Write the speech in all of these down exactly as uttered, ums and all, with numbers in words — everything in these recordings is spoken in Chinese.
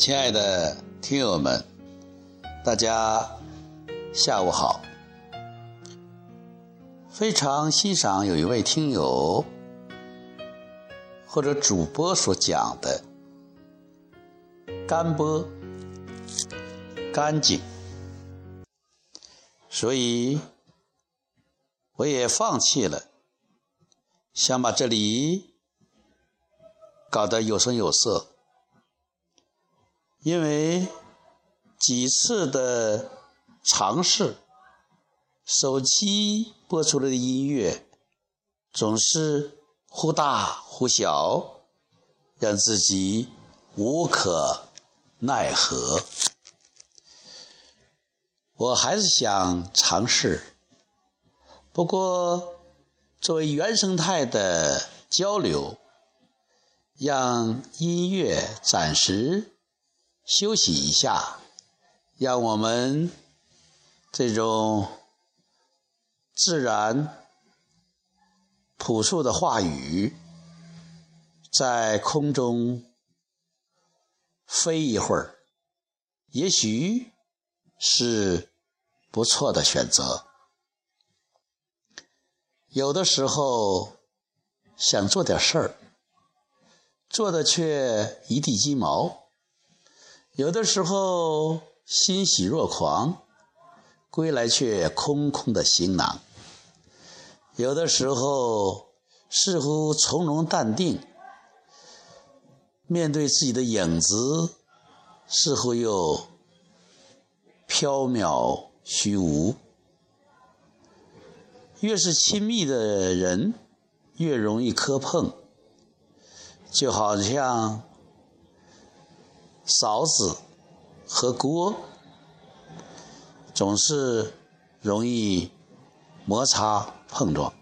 亲爱的听友们，大家下午好。非常欣赏有一位听友或者主播所讲的干播干净，所以我也放弃了想把这里搞得有声有色，因为几次的尝试，手机播出来的音乐总是忽大忽小，让自己无可奈何。我还是想尝试，不过作为原生态的交流，让音乐暂时休息一下，让我们这种自然朴素的话语在空中飞一会儿，也许是不错的选择。有的时候想做点事儿，做的却一地鸡毛；有的时候欣喜若狂，归来却空空的行囊；有的时候似乎从容淡定，面对自己的影子，似乎又缥缈虚无。越是亲密的人，越容易磕碰，就好像勺子和锅总是容易摩擦碰撞。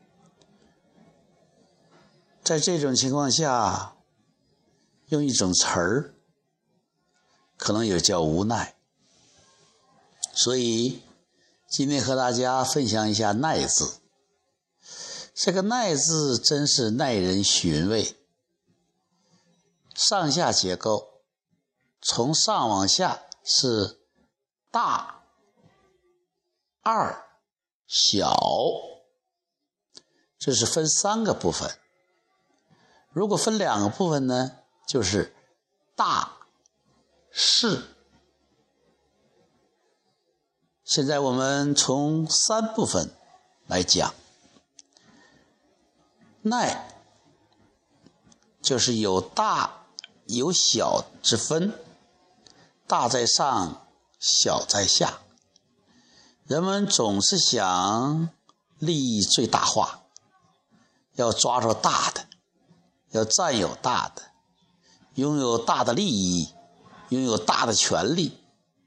在这种情况下，用一种词儿可能也叫无奈。所以今天和大家分享一下耐字。这个耐字真是耐人寻味，上下结构从上往下是大、二、小，这是分三个部分。如果分两个部分呢，就是大、是。现在我们从三部分来讲。耐就是有大有小之分，大在上，小在下。人们总是想利益最大化，要抓住大的，要占有大的，拥有大的利益，拥有大的权利。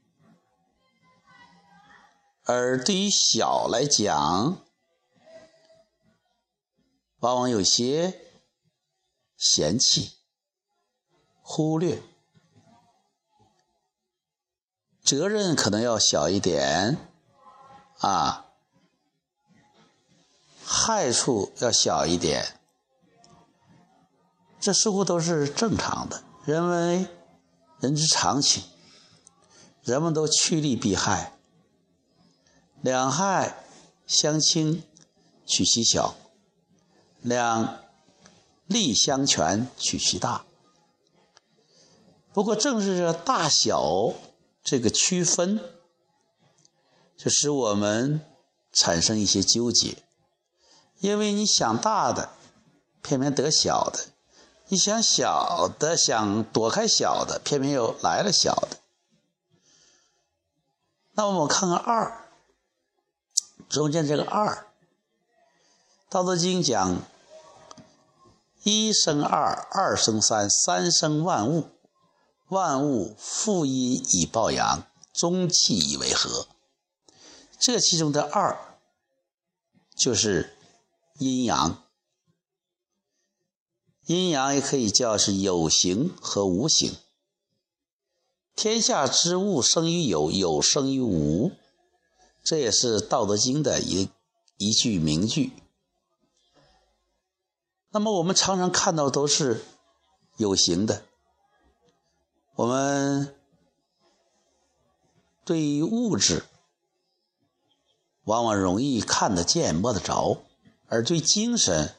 而对于小来讲，往往有些嫌弃、忽略，责任可能要小一点啊，害处要小一点，这似乎都是正常的，人为人之常情，人们都趋利避害，两害相轻取其小，两利相权取其大。不过正是这大小这个区分，就使我们产生一些纠结。因为你想大的偏偏得小的，你想小的想躲开小的，偏偏又来了小的。那我们看看二，中间这个二，道德经讲一生二，二生三，三生万物，万物负阴以抱阳，中气以为和。这其中的二就是阴阳，阴阳也可以叫是有形和无形。天下之物生于有，有生于无，这也是道德经的一一句名句。那么我们常常看到都是有形的， 我们对于物质往往容易看得见摸得着，而对精神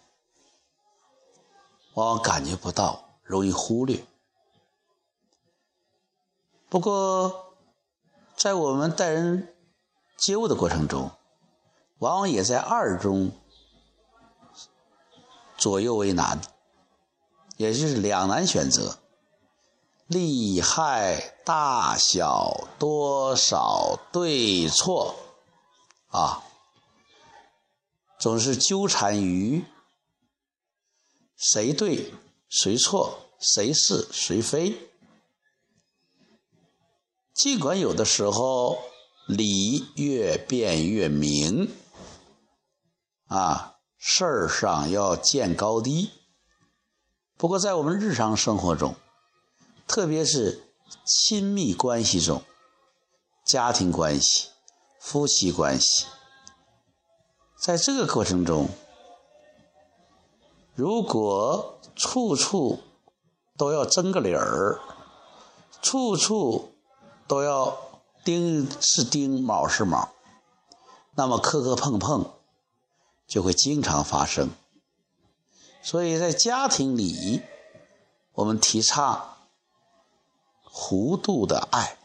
往往感觉不到，容易忽略。不过在我们待人接物的过程中，往往也在二中左右为难，也就是两难选择，利害大小多少对错啊，总是纠缠于谁对谁错，谁是谁非。尽管有的时候理越辩越明啊，事儿上要见高低，不过在我们日常生活中，特别是亲密关系中，家庭关系、夫妻关系，在这个过程中，如果处处都要争个理儿，处处都要丁是丁卯是卯，那么磕磕碰碰就会经常发生。所以在家庭里，我们提倡弧度的爱，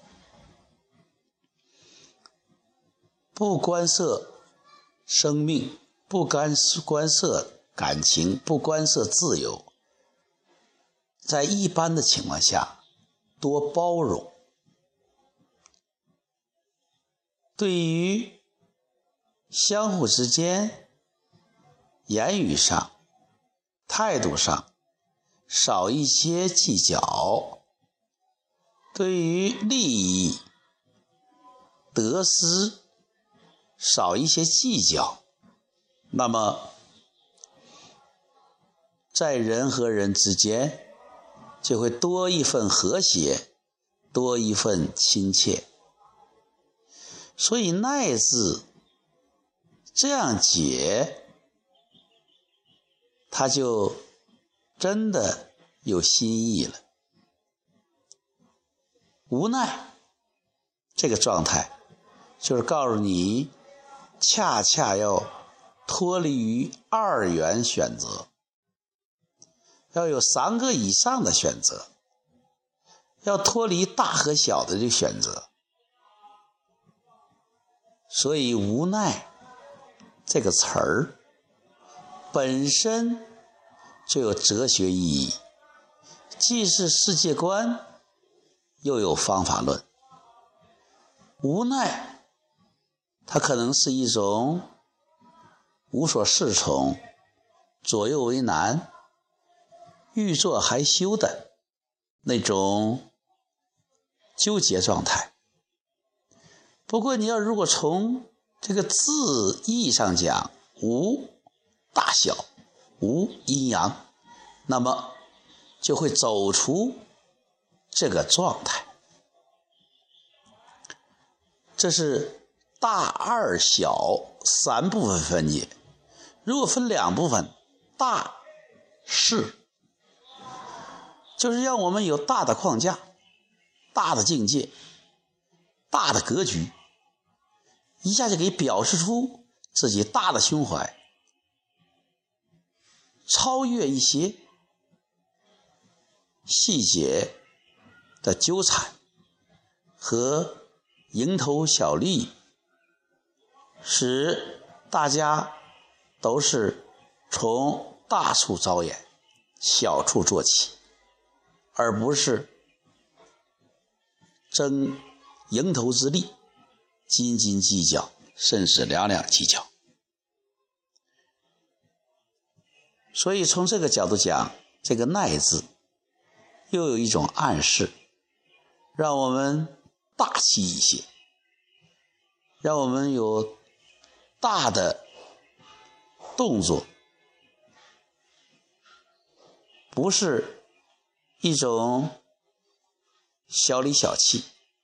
不干涉生命，不干干涉感情，不干涉自由，在一般的情况下多包容。对于相互之间言语上态度上少一些计较，对于利益得失少一些计较，那么在人和人之间就会多一份和谐，多一份亲切。所以耐字这样解，它就真的有新意了。无奈这个状态就是告诉你，恰恰要脱离于二元选择，要有三个以上的选择，要脱离大和小的这个选择。所以无奈这个词儿本身就有哲学意义，既是世界观，又有方法论。无奈它可能是一种无所适从、左右为难、欲作还休的那种纠结状态。不过你要如果从这个字义上讲，无大小，无阴阳，那么就会走出这个状态。这是大二小三部分分解。如果分两部分，大是就是让我们有大的框架、大的境界、大的格局，一下就给表示出自己大的胸怀，超越一些细节的纠缠和蝇头小利，使大家都是从大处着眼，小处做起，而不是争蝇头之利，斤斤计较，甚至两两计较。所以从这个角度讲，这个耐字又有一种暗示，让我们大气一些，让我们有大的动作，不是一种小里小气。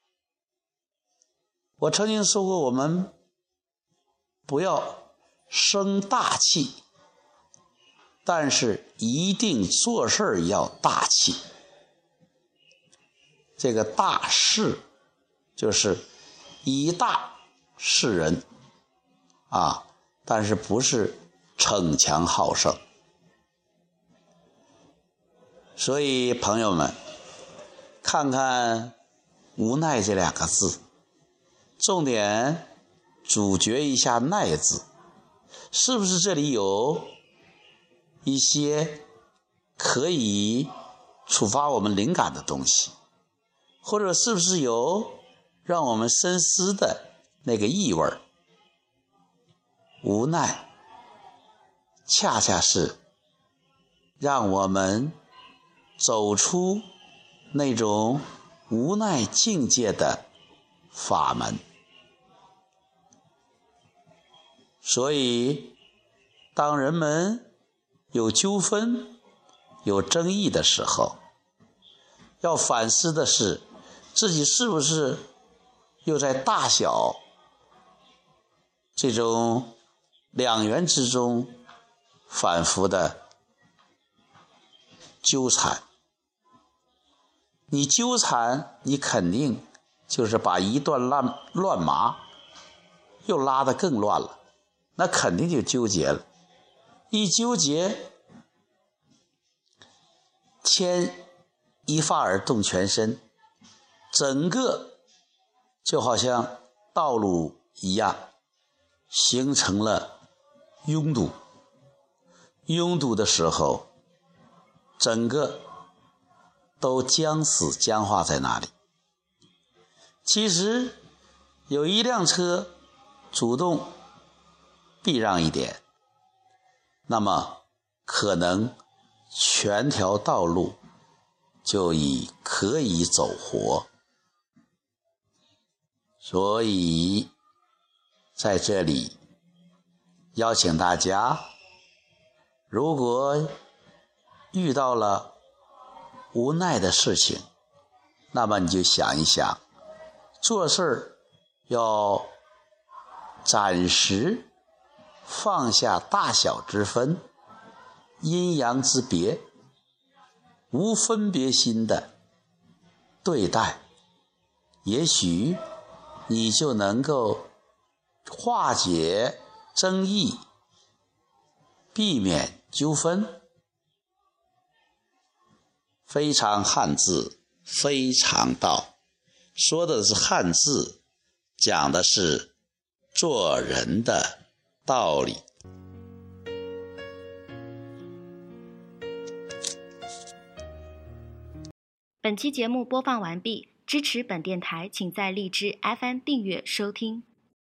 我曾经说过，我们不要生大气，但是一定做事要大气。 这个大士就是以大示人啊，但是不是逞强好胜。所以朋友们，看看无奈这两个字，重点咀嚼一下奈字，是不是这里有一些可以触发我们灵感的东西，或者是不是有让我们深思的那个意味？无奈恰恰是让我们走出那种无奈境界的法门。所以当人们有纠纷有争议的时候，要反思的是自己是不是又在大小这种两元之中反复的纠缠。你纠缠，你肯定就是把一段乱乱麻又拉得更乱了，那肯定就纠结了。一纠结，牵一发而动全身，整个就好像道路一样，形成了拥堵。拥堵的时候，整个都僵死僵化在那里。其实有一辆车主动避让一点，那么可能全条道路就已可以走活。所以在这里邀请大家，如果遇到了无奈的事情，那么你就想一想，做事要暂时放下大小之分，阴阳之别，无分别心的对待，也许你就能够化解争议，避免纠纷。非常汉字，非常道，说的是汉字，讲的是做人的道理。 本期节目播放完毕，支持本电台请在荔枝 F M 订阅收听。